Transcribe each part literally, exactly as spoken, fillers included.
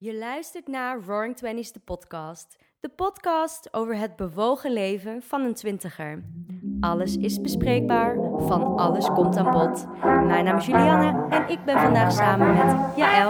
Je luistert naar Roaring Twenties, de podcast. De podcast over het bewogen leven van een twintiger. Alles is bespreekbaar, van alles komt aan bod. Mijn naam is Julianne en ik ben vandaag samen met Jaël.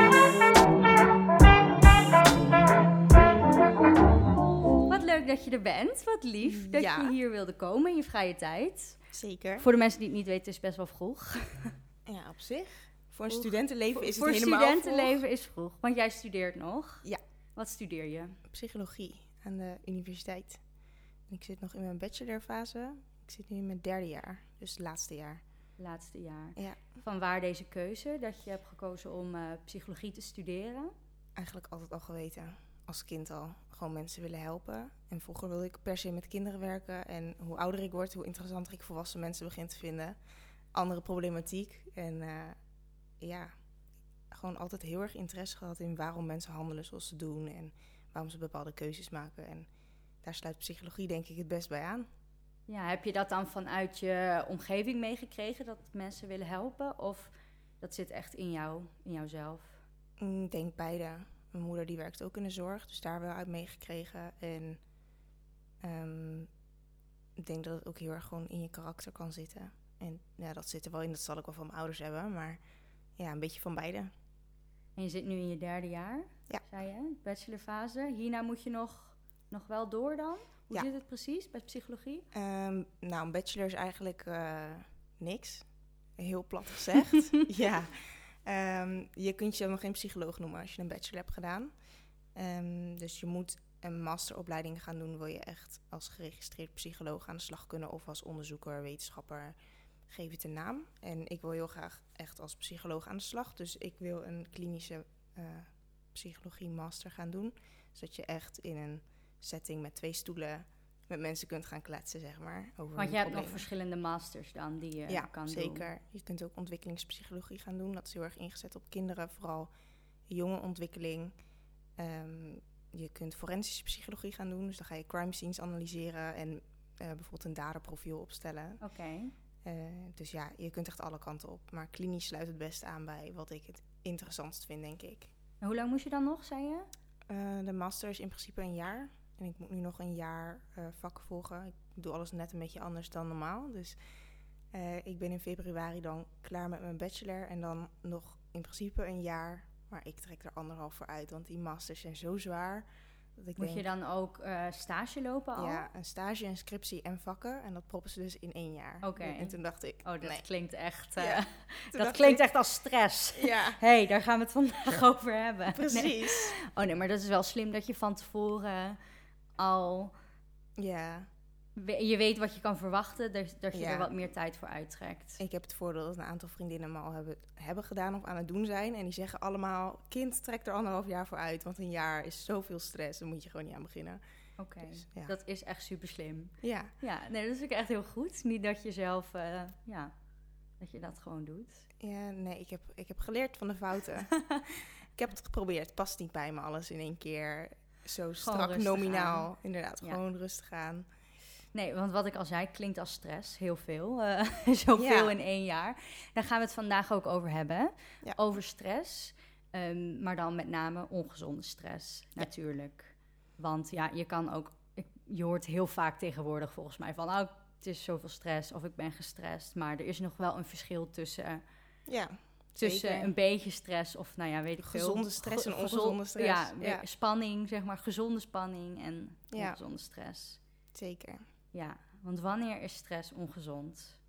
Wat leuk dat je er bent, wat lief dat Ja. je hier wilde komen in je vrije tijd. Zeker. Voor de mensen die het niet weten, is het best wel vroeg. Ja, op zich. Voor een studentenleven is Voor het helemaal studentenleven is vroeg, want jij studeert nog. Ja. Wat studeer je? vroeg. Psychologie aan de universiteit. En ik zit nog in mijn bachelorfase. Ik zit nu in mijn derde jaar, dus het laatste jaar. Laatste jaar. Ja, Van waar deze keuze, dat je hebt gekozen om uh, psychologie te studeren? eigenlijk altijd al geweten. Als kind al. Gewoon mensen willen helpen. En vroeger wilde ik per se met kinderen werken. En hoe ouder ik word, hoe interessanter ik volwassen mensen begin te vinden. Andere problematiek. En uh, ja, gewoon altijd heel erg interesse gehad in waarom mensen handelen zoals ze doen. En waarom ze bepaalde keuzes maken. En daar sluit psychologie denk ik het best bij aan. Ja, heb je dat dan vanuit je omgeving meegekregen, dat mensen willen helpen? Of dat zit echt in jou, in jouzelf? Ik denk beide. Mijn moeder die werkt ook in de zorg, dus daar wel uit meegekregen. En um, ik denk dat het ook heel erg gewoon in je karakter kan zitten. En ja, dat zit er wel in, dat zal ik wel van mijn ouders hebben. Maar ja, een beetje van beide. En je zit nu in je derde jaar, ja. zei je, bachelorfase. Hierna moet je nog, nog wel door dan? Hoe ja. zit het precies bij psychologie? Um, nou, een bachelor is eigenlijk uh, niks. Heel plat gezegd. ja. Um, je kunt je nog geen psycholoog noemen als je een bachelor hebt gedaan. Um, dus je moet een masteropleiding gaan doen, wil je echt als geregistreerd psycholoog aan de slag kunnen. Of als onderzoeker, wetenschapper, geef het een naam. En ik wil heel graag echt als psycholoog aan de slag. Dus ik wil een klinische uh, psychologie master gaan doen. Zodat je echt in een setting met twee stoelen met mensen kunt gaan kletsen, zeg maar. Over Want je hebt problemen. nog verschillende masters dan die je ja, kan zeker. doen. Ja, zeker. Je kunt ook ontwikkelingspsychologie gaan doen. Dat is heel erg ingezet op kinderen, vooral jonge ontwikkeling. Um, je kunt forensische psychologie gaan doen. Dus dan ga je crime scenes analyseren en uh, bijvoorbeeld een daderprofiel opstellen. Oké. Okay. Uh, dus ja, je kunt echt alle kanten op. Maar klinisch sluit het best aan bij wat ik het interessantst vind, denk ik. En hoe lang moest je dan nog, zei je? Uh, de master is in principe een jaar. En ik moet nu nog een jaar uh, vakken volgen. Ik doe alles net een beetje anders dan normaal. Dus uh, ik ben in februari dan klaar met mijn bachelor. En dan nog in principe een jaar. Maar ik trek er anderhalf voor uit. Want die masters zijn zo zwaar. Dat ik moet denk, je dan ook uh, stage lopen al? Ja, een stage, een scriptie en vakken. En dat proppen ze dus in één jaar. Oké. Okay. En toen dacht ik, oh, dat nee. klinkt echt... Uh, ja. dat klinkt ik, echt als stress. Ja. Hé, hey, daar gaan we het vandaag over hebben. Precies. Nee. Oh nee, maar dat is wel slim dat je van tevoren al... Ja. Je weet wat je kan verwachten, dat je ja. er wat meer tijd voor uittrekt. Ik heb het voordeel dat een aantal vriendinnen me al hebben, hebben gedaan of aan het doen zijn. En die zeggen allemaal, kind, trek er anderhalf jaar voor uit. Want een jaar is zoveel stress, daar moet je gewoon niet aan beginnen. Oké, okay. dus, ja. Dat is echt super slim. Ja. Ja, nee, dat is ook echt heel goed. Niet dat je zelf, uh, ja, dat je dat gewoon doet. Ja, nee, ik heb, ik heb geleerd van de fouten. Ik heb het geprobeerd, het past niet bij me alles in één keer. Zo strak nominaal, aan. Inderdaad, ja. Gewoon rustig aan. Nee, want wat ik al zei, klinkt als stress. Heel veel. Uh, zoveel ja. in één jaar. Daar gaan we het vandaag ook over hebben. Ja. Over stress. Um, maar dan met name ongezonde stress, ja. natuurlijk. Want ja, je kan ook... Je hoort heel vaak tegenwoordig volgens mij van... Oh, het is zoveel stress of ik ben gestrest. Maar er is nog wel een verschil tussen... Ja. Tussen Zeker. een beetje stress of, nou ja, weet ik veel. Gezonde stress en ongezonde stress. Ja, ja, spanning, zeg maar. Gezonde spanning en ja. ongezonde stress. Zeker. Ja, want wanneer is stress ongezond?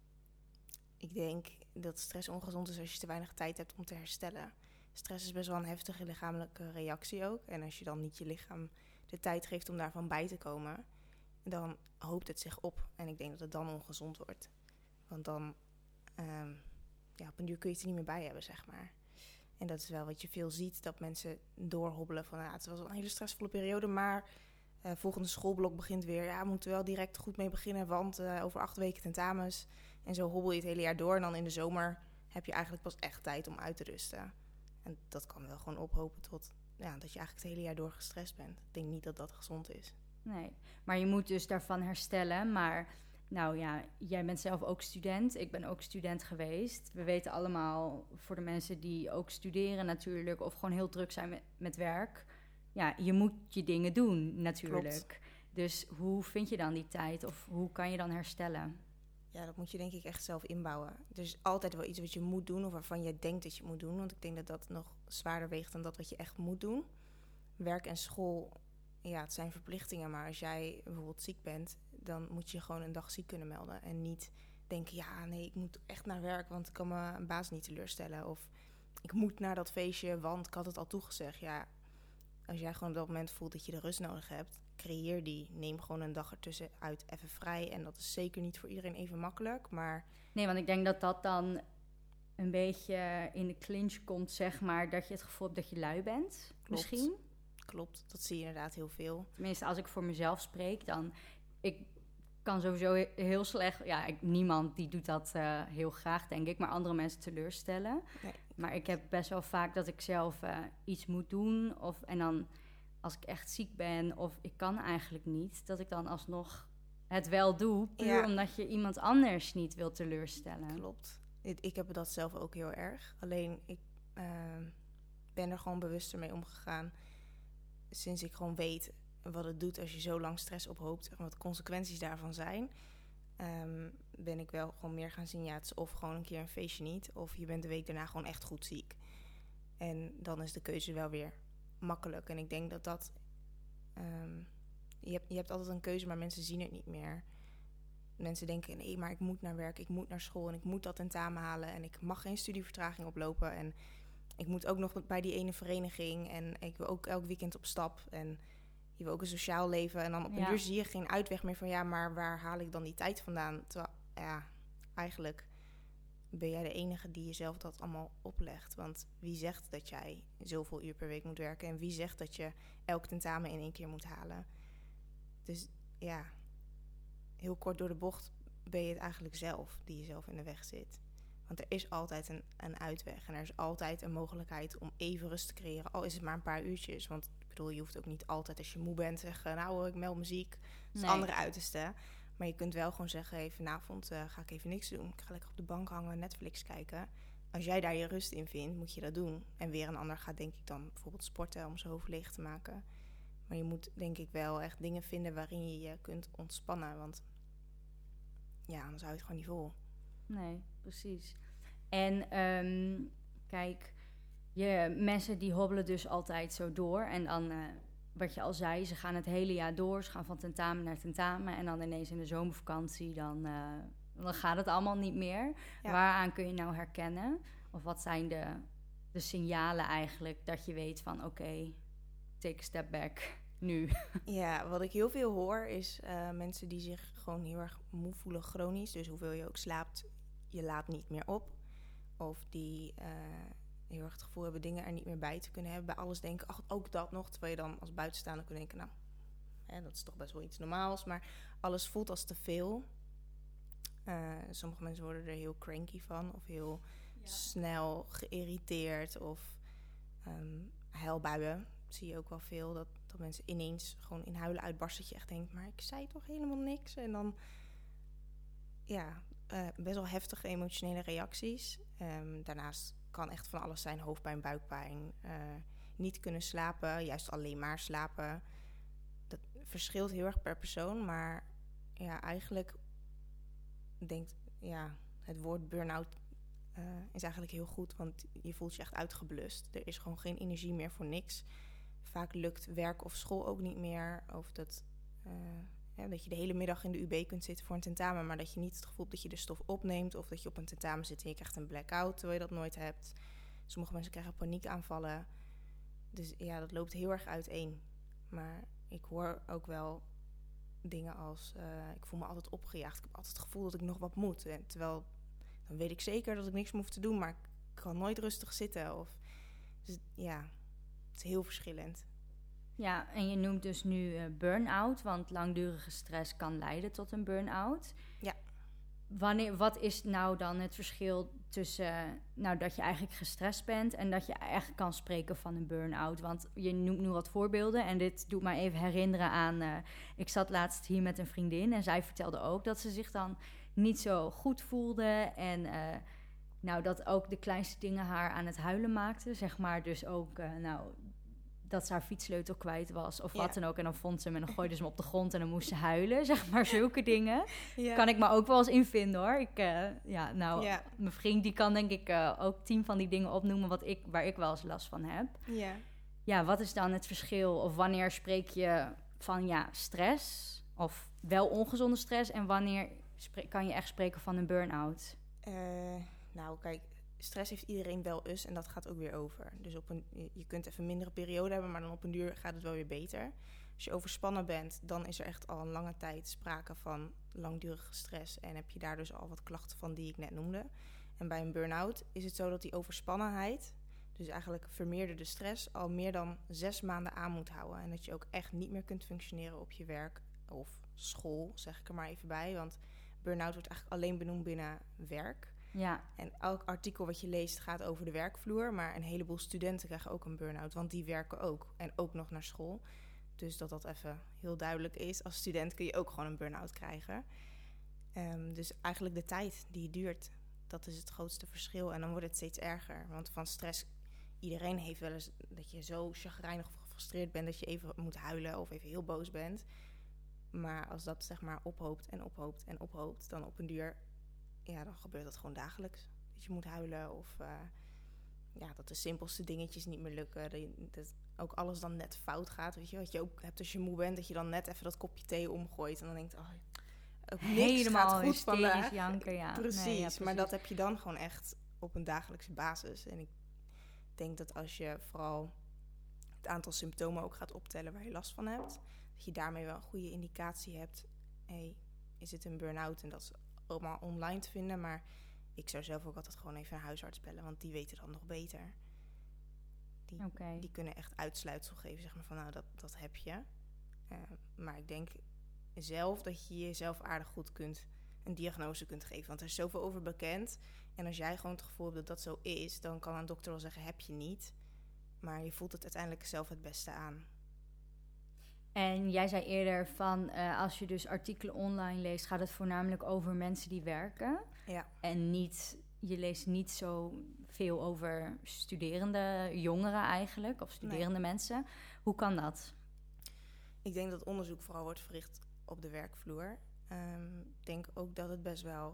Ik denk dat stress ongezond is als je te weinig tijd hebt om te herstellen. Stress is best wel een heftige lichamelijke reactie ook. En als je dan niet je lichaam de tijd geeft om daarvan bij te komen... dan hoopt het zich op. En ik denk dat het dan ongezond wordt. Want dan... Um, ja, op een duur kun je het er niet meer bij hebben, zeg maar. En dat is wel wat je veel ziet, dat mensen doorhobbelen van... Ja, het was een hele stressvolle periode, maar uh, volgende schoolblok begint weer. Ja, we moeten wel direct goed mee beginnen, want uh, over acht weken tentamens. En zo hobbel je het hele jaar door. En dan in de zomer heb je eigenlijk pas echt tijd om uit te rusten. En dat kan wel gewoon ophopen tot ja, dat je eigenlijk het hele jaar door gestrest bent. Ik denk niet dat dat gezond is. Nee, maar je moet dus daarvan herstellen, maar... nou ja, jij bent zelf ook student. Ik ben ook student geweest. We weten allemaal, voor de mensen die ook studeren natuurlijk... of gewoon heel druk zijn met, met werk... ja, je moet je dingen doen natuurlijk. Klopt. Dus hoe vind je dan die tijd? Of hoe kan je dan herstellen? Ja, dat moet je denk ik echt zelf inbouwen. Er is altijd wel iets wat je moet doen... of waarvan je denkt dat je moet doen. Want ik denk dat dat nog zwaarder weegt dan dat wat je echt moet doen. Werk en school, ja, het zijn verplichtingen. Maar als jij bijvoorbeeld ziek bent... dan moet je gewoon een dag ziek kunnen melden. En niet denken, ja, nee, ik moet echt naar werk... want ik kan mijn baas niet teleurstellen. Of ik moet naar dat feestje, want ik had het al toegezegd. Ja, als jij gewoon op dat moment voelt dat je de rust nodig hebt... creëer die. Neem gewoon een dag ertussenuit even vrij. En dat is zeker niet voor iedereen even makkelijk, maar... Nee, want ik denk dat dat dan een beetje in de clinch komt, zeg maar... dat je het gevoel hebt dat je lui bent, Klopt. misschien. Klopt, dat zie je inderdaad heel veel. Tenminste, als ik voor mezelf spreek, dan... ik kan sowieso heel slecht... ja, ik, niemand die doet dat uh, heel graag, denk ik... maar andere mensen teleurstellen. Nee. Maar ik heb best wel vaak dat ik zelf uh, iets moet doen... of en dan... als ik echt ziek ben of ik kan eigenlijk niet... dat ik dan alsnog het wel doe... puur ja. omdat je iemand anders niet wil teleurstellen. Klopt. Ik, ik heb dat zelf ook heel erg. Alleen, ik uh, ben er gewoon bewuster mee omgegaan... sinds ik gewoon weet wat het doet als je zo lang stress ophoopt... en wat de consequenties daarvan zijn... Um, ben ik wel gewoon meer gaan zien... ja, het is of gewoon een keer een feestje niet... of je bent de week daarna gewoon echt goed ziek. En dan is de keuze wel weer... makkelijk. En ik denk dat dat... Um, je, hebt, je hebt altijd een keuze, maar mensen zien het niet meer. Mensen denken, nee, maar ik moet naar werk, ik moet naar school... en ik moet dat tentamen halen... en ik mag geen studievertraging oplopen... en ik moet ook nog bij die ene vereniging... en ik wil ook elk weekend op stap... en je wil ook een sociaal leven... en dan op een ja. duur zie je geen uitweg meer van... ja, maar waar haal ik dan die tijd vandaan? Terwijl, ja, eigenlijk... ben jij de enige die jezelf dat allemaal oplegt. Want wie zegt dat jij zoveel uur per week moet werken... en wie zegt dat je elk tentamen in één keer moet halen. Dus ja, heel kort door de bocht ben je het eigenlijk zelf... die jezelf in de weg zit. Want er is altijd een, een uitweg... en er is altijd een mogelijkheid om even rust te creëren... al is het maar een paar uurtjes. Want ik bedoel, je hoeft ook niet altijd als je moe bent... te zeggen, nou, ik meld muziek. Dat is nee. andere uiterste. Maar je kunt wel gewoon zeggen, hey, vanavond uh, ga ik even niks doen. Ik ga lekker op de bank hangen, Netflix kijken. Als jij daar je rust in vindt, moet je dat doen. En weer een ander gaat denk ik dan bijvoorbeeld sporten om zijn hoofd leeg te maken. Maar je moet denk ik wel echt dingen vinden waarin je je kunt ontspannen. Want ja, anders hou je het gewoon niet vol. Nee, precies. En um, kijk, je, mensen die hobbelen dus altijd zo door. En dan... Uh, wat je al zei, ze gaan het hele jaar door. Ze gaan van tentamen naar tentamen. En dan ineens in de zomervakantie, dan, uh, dan gaat het allemaal niet meer. Ja. Waaraan kun je nou herkennen? Of wat zijn de, de signalen eigenlijk dat je weet van... oké, okay, take a step back, nu. Ja, wat ik heel veel hoor is uh, mensen die zich gewoon heel erg moe voelen chronisch. Dus hoeveel je ook slaapt, je laat niet meer op. Of die... Uh, heel erg het gevoel hebben dingen er niet meer bij te kunnen hebben. Bij alles denken, ach, ook dat nog. Terwijl je dan als buitenstaander kunt denken... nou, hè, dat is toch best wel iets normaals. Maar alles voelt als te veel. Uh, sommige mensen worden er heel cranky van. Of heel ja. snel geïrriteerd. Of um, huilbuien. Dat zie je ook wel veel. Dat, dat mensen ineens gewoon in huilen uitbarsten. Dat je echt denkt, maar ik zei toch helemaal niks. En dan... ja, uh, best wel heftige emotionele reacties. Um, daarnaast... kan echt van alles zijn, hoofdpijn, buikpijn, uh, niet kunnen slapen, juist alleen maar slapen. Dat verschilt heel erg per persoon, maar ja, eigenlijk denkt, ja, het woord burn-out uh, is eigenlijk heel goed, want je voelt je echt uitgeblust. Er is gewoon geen energie meer voor niks. Vaak lukt werk of school ook niet meer, of dat, uh, ja, dat je de hele middag in de U B kunt zitten voor een tentamen, maar dat je niet het gevoel hebt dat je de stof opneemt, of dat je op een tentamen zit en je krijgt een blackout, terwijl je dat nooit hebt. Sommige mensen krijgen paniekaanvallen. Dus ja, dat loopt heel erg uiteen. Maar ik hoor ook wel dingen als... Uh, ik voel me altijd opgejaagd. Ik heb altijd het gevoel dat ik nog wat moet. En terwijl, dan weet ik zeker dat ik niks meer hoef te doen, maar ik kan nooit rustig zitten. Of, dus ja, het is heel verschillend. Ja, en je noemt dus nu uh, burn-out, want langdurige stress kan leiden tot een burn-out. Ja. wanneer, wat is nou dan het verschil tussen uh, nou, dat je eigenlijk gestrest bent en dat je eigenlijk kan spreken van een burn-out? Want je noemt nu wat voorbeelden en dit doet mij even herinneren aan... Uh, ik zat laatst hier met een vriendin en zij vertelde ook dat ze zich dan niet zo goed voelde en... Uh, nou, dat ook de kleinste dingen haar aan het huilen maakten, zeg maar. Dus ook, uh, nou, dat ze haar fietssleutel kwijt was of ja. wat dan ook. En dan vond ze hem en dan gooide ze hem op de grond en dan moest ze huilen, zeg maar. Zulke dingen. Ja. Kan ik me ook wel eens in vinden, hoor. Ik, uh, ja, nou, ja. mijn vriend die kan denk ik uh, ook tien van die dingen opnoemen wat ik, waar ik wel eens last van heb. Ja. Ja, wat is dan het verschil? Of wanneer spreek je van, ja, stress of wel ongezonde stress? En wanneer spre- kan je echt spreken van een burn-out? Uh... Nou, kijk, stress heeft iedereen wel eens en dat gaat ook weer over. Dus op een, je kunt even een mindere periode hebben, maar dan op een duur gaat het wel weer beter. Als je overspannen bent, dan is er echt al een lange tijd sprake van langdurige stress. En heb je daar dus al wat klachten van die ik net noemde. En bij een burn-out is het zo dat die overspannenheid, dus eigenlijk vermeerderde stress, al meer dan zes maanden aan moet houden. En dat je ook echt niet meer kunt functioneren op je werk of school, zeg ik er maar even bij. Want burn-out wordt eigenlijk alleen benoemd binnen werk. Ja. En elk artikel wat je leest gaat over de werkvloer. Maar een heleboel studenten krijgen ook een burn-out. Want die werken ook. En ook nog naar school. Dus dat dat even heel duidelijk is. Als student kun je ook gewoon een burn-out krijgen. Um, dus eigenlijk de tijd die het duurt. Dat is het grootste verschil. En dan wordt het steeds erger. Want van stress... Iedereen heeft wel eens dat je zo chagrijnig of gefrustreerd bent... dat je even moet huilen of even heel boos bent. Maar als dat zeg maar ophoopt en ophoopt en ophoopt... dan op een duur... ja, dan gebeurt dat gewoon dagelijks. Dat je moet huilen of uh, ja, dat de simpelste dingetjes niet meer lukken. Dat, dat ook alles dan net fout gaat. Weet je, wat je ook hebt als je moe bent, dat je dan net even dat kopje thee omgooit. En dan denkt, oh, ook niks helemaal gaat goed vandaag. Janken, ja. Precies, nee, ja, precies, maar dat heb je dan gewoon echt op een dagelijkse basis. En ik denk dat als je vooral het aantal symptomen ook gaat optellen waar je last van hebt, dat je daarmee wel een goede indicatie hebt. Hey, is het een burn-out? En dat is allemaal online te vinden, maar ik zou zelf ook altijd gewoon even een huisarts bellen, want die weten dan nog beter. Die, okay. die kunnen echt uitsluitsel geven, zeg maar, van nou, dat, dat heb je. Uh, maar ik denk zelf dat je jezelf aardig goed kunt een diagnose kunt geven, want er is zoveel over bekend. En als jij gewoon het gevoel hebt dat dat zo is, dan kan een dokter wel zeggen, heb je niet. Maar je voelt het uiteindelijk zelf het beste aan. En jij zei eerder van, uh, als je dus artikelen online leest, gaat het voornamelijk over mensen die werken. Ja. En niet, je leest niet zo veel over studerende jongeren eigenlijk, of studerende nee. mensen. Hoe kan dat? Ik denk dat onderzoek vooral wordt verricht op de werkvloer. Um, ik denk ook dat het best wel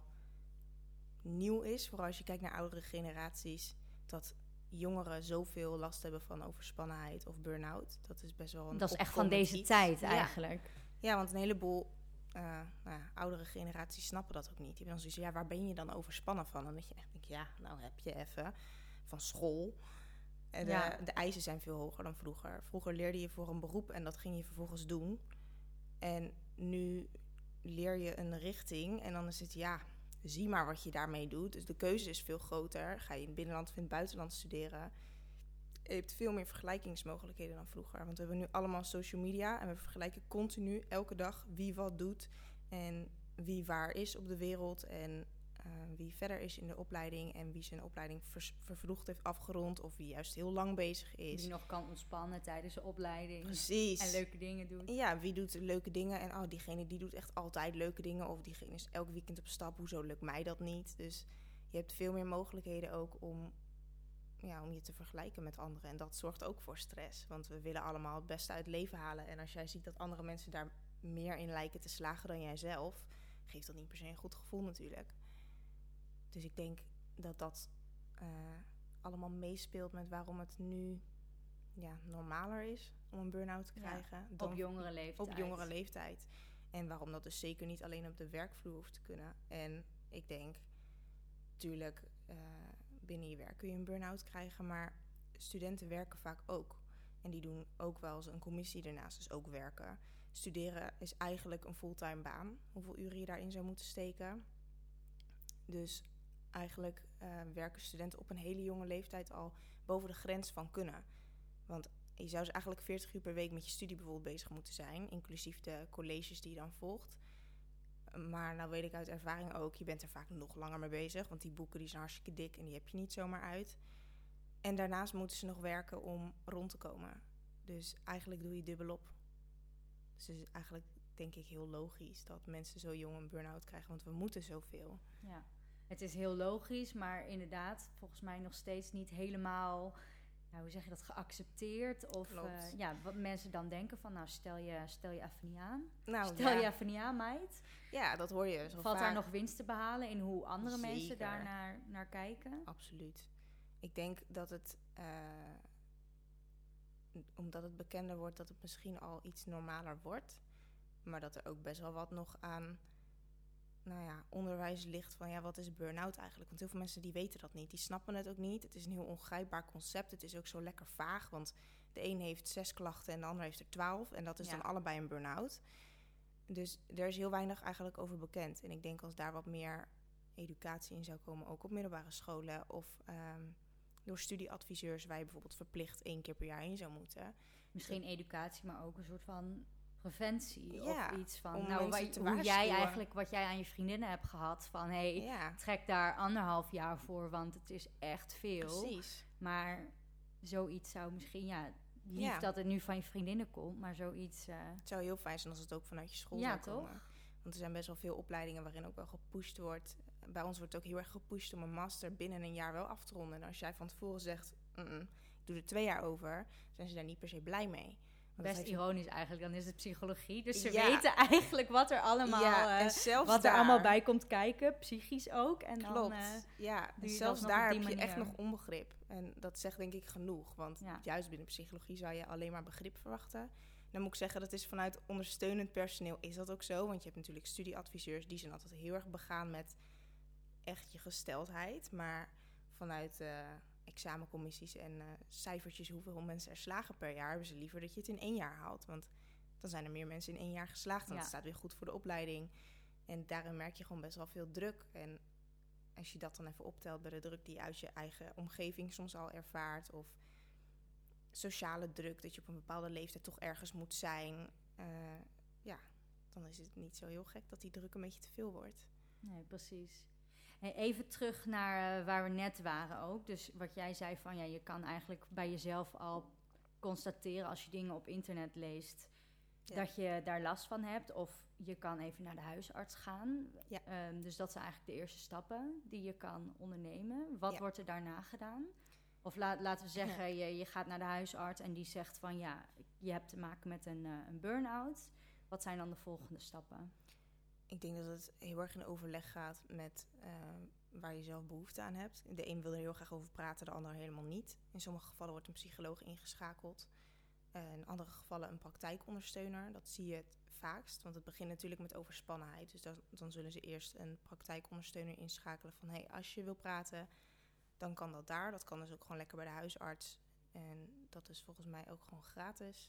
nieuw is, vooral als je kijkt naar oudere generaties, dat jongeren zoveel last hebben van overspannenheid of burn-out. Dat is best wel een Dat is echt van deze iets. tijd eigenlijk. Ja, ja, want een heleboel uh, nou ja, oudere generaties snappen dat ook niet. Die hebben dan zoiets, ja, waar ben je dan overspannen van? En dan denk je, ja, nou heb je even van school. En ja. de, de eisen zijn veel hoger dan vroeger. Vroeger leerde je voor een beroep en dat ging je vervolgens doen. En nu leer je een richting en dan is het, ja, zie maar wat je daarmee doet. Dus de keuze is veel groter. Ga je in het binnenland of in het buitenland studeren? Je hebt veel meer vergelijkingsmogelijkheden dan vroeger. Want we hebben nu allemaal social media en we vergelijken continu elke dag wie wat doet en wie waar is op de wereld en uh, wie verder is in de opleiding en wie zijn opleiding vers- vervroegd heeft afgerond of wie juist heel lang bezig is. Wie nog kan ontspannen tijdens de opleiding. Precies. En leuke dingen doet. Ja, wie doet leuke dingen en oh, diegene die doet echt altijd leuke dingen of diegene is elk weekend op stap. Hoezo lukt mij dat niet? Dus je hebt veel meer mogelijkheden ook om, ja, om je te vergelijken met anderen. En dat zorgt ook voor stress, want we willen allemaal het beste uit het leven halen. En als jij ziet dat andere mensen daar meer in lijken te slagen dan jijzelf, geeft dat niet per se een goed gevoel natuurlijk. Dus ik denk dat dat uh, allemaal meespeelt met waarom het nu ja, normaler is om een burn-out te krijgen. Ja, dan op jongere leeftijd. Op jongere leeftijd. En waarom dat dus zeker niet alleen op de werkvloer hoeft te kunnen. En ik denk, natuurlijk, uh, binnen je werk kun je een burn-out krijgen, maar studenten werken vaak ook. En die doen ook wel eens een commissie daarnaast, dus ook werken. Studeren is eigenlijk een fulltime baan, hoeveel uren je daarin zou moeten steken. Dus eigenlijk uh, werken studenten op een hele jonge leeftijd al boven de grens van kunnen. Want je zou dus eigenlijk veertig uur per week met je studie bijvoorbeeld bezig moeten zijn, inclusief de colleges die je dan volgt. Maar nou weet ik uit ervaring ook, je bent er vaak nog langer mee bezig. Want die boeken die zijn hartstikke dik en die heb je niet zomaar uit. En daarnaast moeten ze nog werken om rond te komen. Dus eigenlijk doe je dubbelop. Dus het is eigenlijk denk ik heel logisch dat mensen zo jong een burn-out krijgen. Want we moeten zoveel. Ja, het is heel logisch, maar inderdaad volgens mij nog steeds niet helemaal... Nou, hoe zeg je dat, geaccepteerd? Of uh, ja, wat mensen dan denken van, nou, stel je, stel je even niet aan. Nou, stel ja. je even niet aan, meid. Ja, dat hoor je zo Valt vaak. daar nog winst te behalen in hoe andere Zeker. mensen daar naar, naar kijken? Absoluut. Ik denk dat het, uh, omdat het bekender wordt, dat het misschien al iets normaler wordt. Maar dat er ook best wel wat nog aan... nou ja, onderwijs ligt van, ja, wat is burn-out eigenlijk? Want heel veel mensen die weten dat niet. Die snappen het ook niet. Het is een heel ongrijpbaar concept. Het is ook zo lekker vaag, want de een heeft zes klachten en de ander heeft er twaalf. En dat is ja. dan allebei een burn-out. Dus er is heel weinig eigenlijk over bekend. En ik denk als daar wat meer educatie in zou komen, ook op middelbare scholen of um, door studieadviseurs, waar je bijvoorbeeld verplicht één keer per jaar in zou moeten. Misschien dat... educatie, maar ook een soort van... preventie ja, of iets van nou waar, hoe jij eigenlijk wat jij aan je vriendinnen hebt gehad van hé, hey, ja. trek daar anderhalf jaar voor, want het is echt veel. Precies. Maar zoiets zou misschien ja lief ja. dat het nu van je vriendinnen komt, maar zoiets. Uh... Het zou heel fijn zijn als het ook vanuit je school ja, zou komen. Toch? Want er zijn best wel veel opleidingen waarin ook wel gepusht wordt. Bij ons wordt ook heel erg gepusht om een master binnen een jaar wel af te ronden. En als jij van tevoren zegt, ik doe er twee jaar over, zijn ze daar niet per se blij mee. Best ironisch je... eigenlijk, dan is het psychologie. Dus ze ja. weten eigenlijk wat er allemaal, ja, en zelfs wat daar... er allemaal bij komt kijken, psychisch ook. En Klopt, dan, uh, ja. En zelfs daar heb je echt nog onbegrip. En dat zegt denk ik genoeg. Want ja. juist binnen psychologie zou je alleen maar begrip verwachten. Dan moet ik zeggen, dat is vanuit ondersteunend personeel is dat ook zo. Want je hebt natuurlijk studieadviseurs, die zijn altijd heel erg begaan met echt je gesteldheid. Maar vanuit... Uh, examencommissies en uh, cijfertjes hoeveel mensen er slagen per jaar, hebben ze liever dat je het in één jaar haalt. Want dan zijn er meer mensen in één jaar geslaagd. En ja. dat staat weer goed voor de opleiding. En daarin merk je gewoon best wel veel druk. En als je dat dan even optelt bij de druk die je uit je eigen omgeving soms al ervaart, of sociale druk, dat je op een bepaalde leeftijd toch ergens moet zijn, uh, ja, dan is het niet zo heel gek dat die druk een beetje te veel wordt. Nee, precies. Hey, even terug naar uh, waar we net waren ook. Dus wat jij zei van, ja, je kan eigenlijk bij jezelf al constateren als je dingen op internet leest, ja. dat je daar last van hebt. Of je kan even naar de huisarts gaan. Ja. Um, dus dat zijn eigenlijk de eerste stappen die je kan ondernemen. Wat ja. wordt er daarna gedaan? Of la- laten we zeggen, ja. je, je gaat naar de huisarts en die zegt van, ja, je hebt te maken met een, uh, een burn-out. Wat zijn dan de volgende stappen? Ik denk dat het heel erg in overleg gaat met uh, waar je zelf behoefte aan hebt. De een wil er heel graag over praten, de ander helemaal niet. In sommige gevallen wordt een psycholoog ingeschakeld. Uh, in andere gevallen een praktijkondersteuner. Dat zie je het vaakst, want het begint natuurlijk met overspannenheid. Dus dat, dan zullen ze eerst een praktijkondersteuner inschakelen van, hey, als je wil praten, dan kan dat daar. Dat kan dus ook gewoon lekker bij de huisarts. En dat is volgens mij ook gewoon gratis.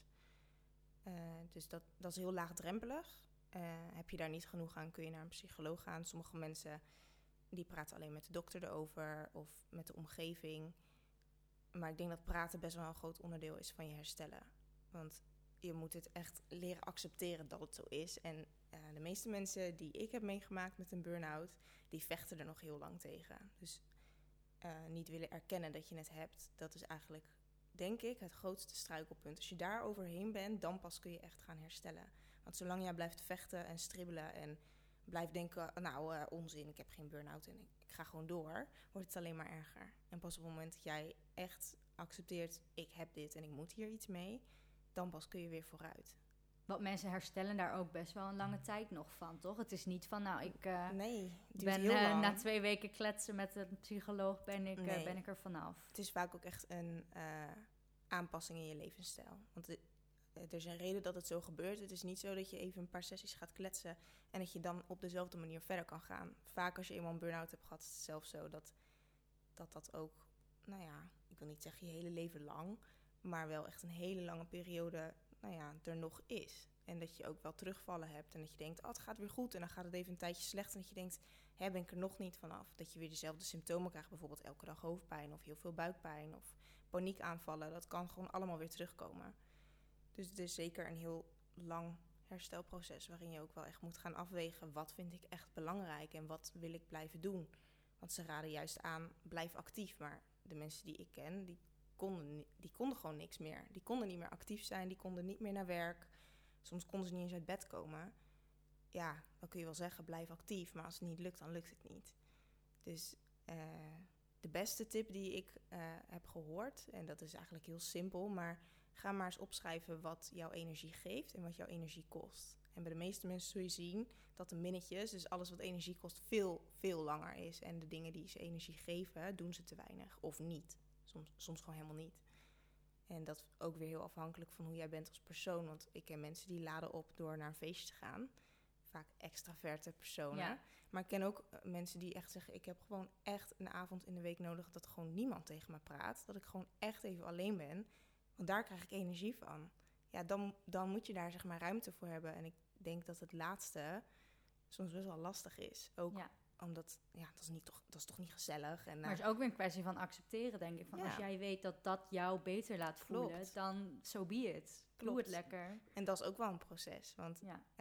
Uh, dus dat, dat is heel laagdrempelig. Uh, heb je daar niet genoeg aan, kun je naar een psycholoog gaan. Sommige mensen die praten alleen met de dokter erover of met de omgeving. Maar ik denk dat praten best wel een groot onderdeel is van je herstellen. Want je moet het echt leren accepteren dat het zo is. En uh, de meeste mensen die ik heb meegemaakt met een burn-out, die vechten er nog heel lang tegen. Dus uh, niet willen erkennen dat je het hebt, dat is eigenlijk, denk ik, het grootste struikelpunt. Als je daar overheen bent, dan pas kun je echt gaan herstellen. Want zolang jij blijft vechten en stribbelen en blijft denken, nou, uh, onzin, ik heb geen burn-out en ik, ik ga gewoon door, wordt het alleen maar erger. En pas op het moment dat jij echt accepteert, ik heb dit en ik moet hier iets mee, dan pas kun je weer vooruit. Want mensen herstellen daar ook best wel een lange tijd nog van, toch? Het is niet van, nou, ik uh, nee, ben uh, na twee weken kletsen met een psycholoog, ben ik, nee. uh, ben ik er vanaf. Het is vaak ook echt een uh, aanpassing in je levensstijl. Want het, er is een reden dat het zo gebeurt. Het is niet zo dat je even een paar sessies gaat kletsen en dat je dan op dezelfde manier verder kan gaan. Vaak als je eenmaal een burn-out hebt gehad, is het zelfs zo dat dat, dat ook, nou ja, ik wil niet zeggen je hele leven lang, maar wel echt een hele lange periode, nou ja, er nog is. En dat je ook wel terugvallen hebt en dat je denkt, oh, het gaat weer goed. En dan gaat het even een tijdje slecht en dat je denkt, hè, ben ik er nog niet vanaf. Dat je weer dezelfde symptomen krijgt, bijvoorbeeld elke dag hoofdpijn of heel veel buikpijn of paniekaanvallen. Dat kan gewoon allemaal weer terugkomen. Dus het is zeker een heel lang herstelproces waarin je ook wel echt moet gaan afwegen, wat vind ik echt belangrijk en wat wil ik blijven doen. Want ze raden juist aan, blijf actief. Maar de mensen die ik ken, die konden, die konden gewoon niks meer. Die konden niet meer actief zijn, die konden niet meer naar werk. Soms konden ze niet eens uit bed komen. Ja, dan kun je wel zeggen, blijf actief. Maar als het niet lukt, dan lukt het niet. Dus uh, de beste tip die ik uh, heb gehoord, en dat is eigenlijk heel simpel, maar ga maar eens opschrijven wat jouw energie geeft en wat jouw energie kost. En bij de meeste mensen zul je zien dat de minnetjes, dus alles wat energie kost, veel, veel langer is. En de dingen die ze energie geven, doen ze te weinig of niet. Soms, soms gewoon helemaal niet. En dat is ook weer heel afhankelijk van hoe jij bent als persoon. Want ik ken mensen die laden op door naar een feestje te gaan. Vaak extraverte personen. Ja. Maar ik ken ook mensen die echt zeggen, ik heb gewoon echt een avond in de week nodig dat gewoon niemand tegen me praat. Dat ik gewoon echt even alleen ben. Want daar krijg ik energie van. Ja, dan, dan moet je daar zeg maar ruimte voor hebben. En ik denk dat het laatste soms best wel lastig is. Ook ja. omdat, ja, dat is, niet toch, dat is toch niet gezellig. En, maar het is ook weer een kwestie van accepteren, denk ik. Van ja. Als jij weet dat dat jou beter laat voelen, Klopt. dan so be it. Doe het lekker. En dat is ook wel een proces. Want ja. uh,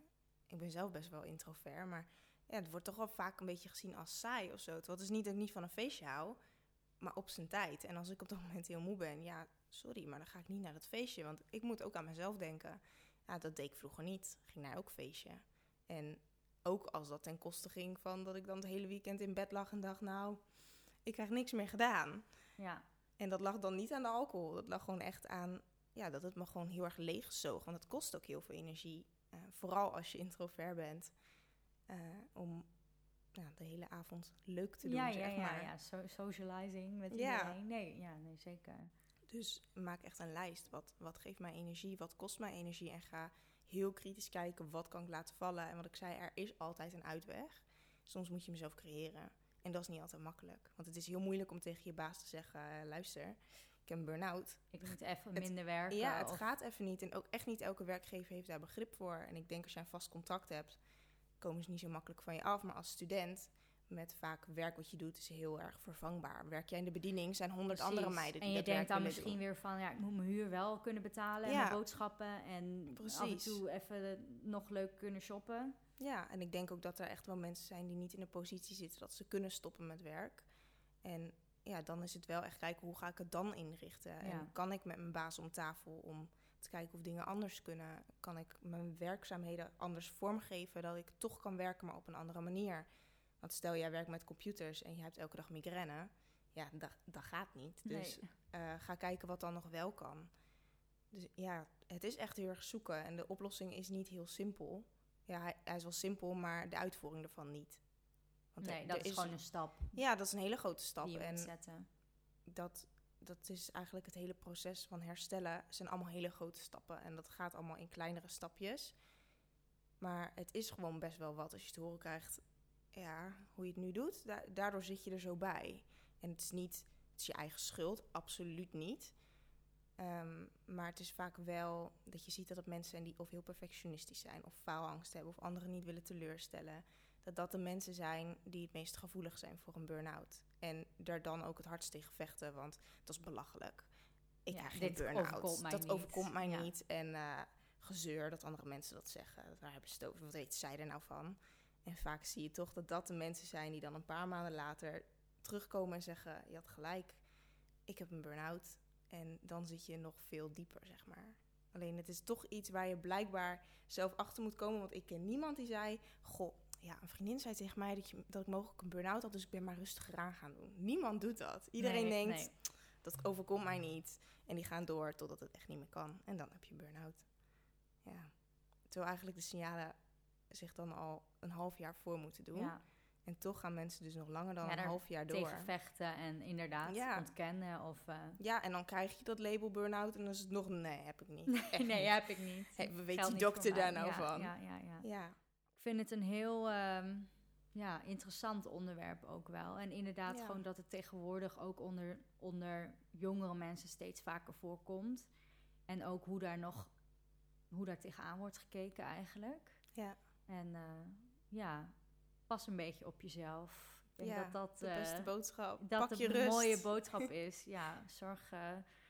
ik ben zelf best wel introvert. Maar ja, het wordt toch wel vaak een beetje gezien als saai of zo. Het is niet dat ik niet van een feestje hou, maar op zijn tijd. En als ik op dat moment heel moe ben, ja, sorry, maar dan ga ik niet naar dat feestje. Want ik moet ook aan mezelf denken. Ja, dat deed ik vroeger niet. Ging naar elk feestje. En ook als dat ten koste ging van dat ik dan het hele weekend in bed lag en dacht, nou, ik krijg niks meer gedaan. Ja. En dat lag dan niet aan de alcohol. Dat lag gewoon echt aan, ja, dat het me gewoon heel erg leegzoog. Want het kost ook heel veel energie. Uh, vooral als je introvert bent. Uh, om ja, de hele avond leuk te doen, ja, zeg ja, maar. Ja, ja, so- socializing met iedereen. Ja. Nee, ja, nee, zeker. Dus maak echt een lijst. Wat, wat geeft mij energie? Wat kost mij energie? En ga heel kritisch kijken, wat kan ik laten vallen? En wat ik zei, er is altijd een uitweg. Soms moet je hem zelf creëren. En dat is niet altijd makkelijk. Want het is heel moeilijk om tegen je baas te zeggen, uh, luister, ik heb een burn-out. Ik moet even minder het, werken. Ja, het of... gaat even niet. En ook echt niet elke werkgever heeft daar begrip voor. En ik denk als je een vast contract hebt, komen ze niet zo makkelijk van je af. Maar als student, met vaak werk wat je doet, is heel erg vervangbaar. Werk jij in de bediening, zijn honderd andere meiden die en je dat denkt werk dan misschien doen. weer van, ja, ik moet mijn huur wel kunnen betalen en ja. mijn boodschappen en Precies. af en toe even nog leuk kunnen shoppen. Ja, en ik denk ook dat er echt wel mensen zijn die niet in de positie zitten dat ze kunnen stoppen met werk. En ja, dan is het wel echt kijken, hoe ga ik het dan inrichten? Ja. En kan ik met mijn baas om tafel om te kijken of dingen anders kunnen? Kan ik mijn werkzaamheden anders vormgeven, dat ik toch kan werken, maar op een andere manier? Want stel, jij werkt met computers en je hebt elke dag migraine. Ja, dat, dat gaat niet. Dus nee. uh, ga kijken wat dan nog wel kan. Dus ja, het is echt heel erg zoeken. En de oplossing is niet heel simpel. Ja, hij, hij is wel simpel, maar de uitvoering ervan niet. Want nee, er, dat er is, is gewoon een stap. Ja, dat is een hele grote stap. Die je en moet zetten. Dat, dat is eigenlijk het hele proces van herstellen. zijn allemaal hele grote stappen. En dat gaat allemaal in kleinere stapjes. Maar het is gewoon best wel wat als je te horen krijgt, ja, hoe je het nu doet. Da- daardoor zit je er zo bij. En het is niet, het is je eigen schuld, absoluut niet. Um, maar het is vaak wel dat je ziet dat het mensen zijn die of heel perfectionistisch zijn, of faalangst hebben, of anderen niet willen teleurstellen. Dat dat de mensen zijn die het meest gevoelig zijn voor een burn-out. En daar dan ook het hardst tegen vechten, want dat is belachelijk. Ik ja, krijg geen burn-out. Overkomt dat niet. overkomt mij ja. niet. En uh, gezeur dat andere mensen dat zeggen. Daar hebben ze het over. Wat weet zij er nou van? En vaak zie je toch dat dat de mensen zijn die dan een paar maanden later terugkomen en zeggen, je had gelijk, ik heb een burn-out. En dan zit je nog veel dieper, zeg maar. Alleen het is toch iets waar je blijkbaar zelf achter moet komen. Want ik ken niemand die zei, goh, ja, een vriendin zei tegen mij dat, je, dat ik mogelijk een burn-out had, dus ik ben maar rustiger aan gaan doen. Niemand doet dat. Iedereen nee, denkt, nee. dat overkomt mij niet. En die gaan door totdat het echt niet meer kan. En dan heb je een burn-out. Ja. Terwijl eigenlijk de signalen zich dan al een half jaar voor moeten doen. Ja. En toch gaan mensen dus nog langer dan ja, een half jaar door. Tegen vechten en inderdaad ja. ontkennen. Of, uh... Ja, en dan krijg je dat label burn-out en dan is het nog, nee, heb ik niet. Nee, Echt nee niet. heb ik niet. Hey, we weten die dokter daar nou ja, van. Ja, ja, ja. ja. Ik vind het een heel um, ja, interessant onderwerp ook wel. En inderdaad ja. gewoon dat het tegenwoordig ook onder, onder jongere mensen steeds vaker voorkomt. En ook hoe daar nog, hoe daar tegenaan wordt gekeken eigenlijk. Ja. En uh, ja... pas een beetje op jezelf. Ik denk ja, dat dat de beste uh, boodschap. Dat Pak het je een rust. mooie boodschap is. Ja, zorg, uh,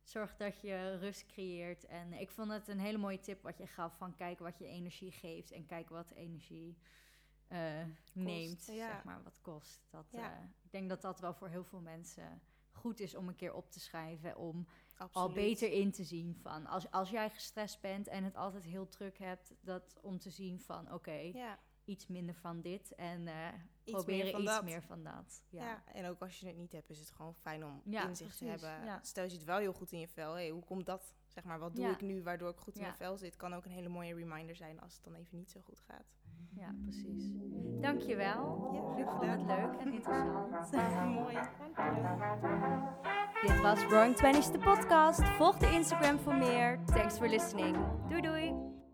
Zorg dat je rust creëert. En ik vond het een hele mooie tip wat je gaf van kijken wat je energie geeft en kijken wat energie uh, neemt, ja. zeg maar, wat kost. Dat, ja. uh, ik denk dat dat wel voor heel veel mensen goed is om een keer op te schrijven, om Absoluut. al beter in te zien van als, als jij gestrest bent en het altijd heel druk hebt, dat om te zien van oké, okay, ja. iets minder van dit en uh, iets proberen meer iets dat. meer van dat. Ja. ja, en ook als je het niet hebt, is het gewoon fijn om ja, inzicht precies, te hebben. Ja. Stel je zit wel heel goed in je vel, hey, hoe komt dat? Zeg maar, wat doe ja. ik nu waardoor ik goed in ja. mijn vel zit? Kan ook een hele mooie reminder zijn als het dan even niet zo goed gaat. Ja, precies. Dankjewel. Ja, ik vond het leuk en interessant. Mooi, dankjewel. Dit was Roaring Twenties, de podcast. Volg de Instagram voor meer. Thanks for listening. Doei doei.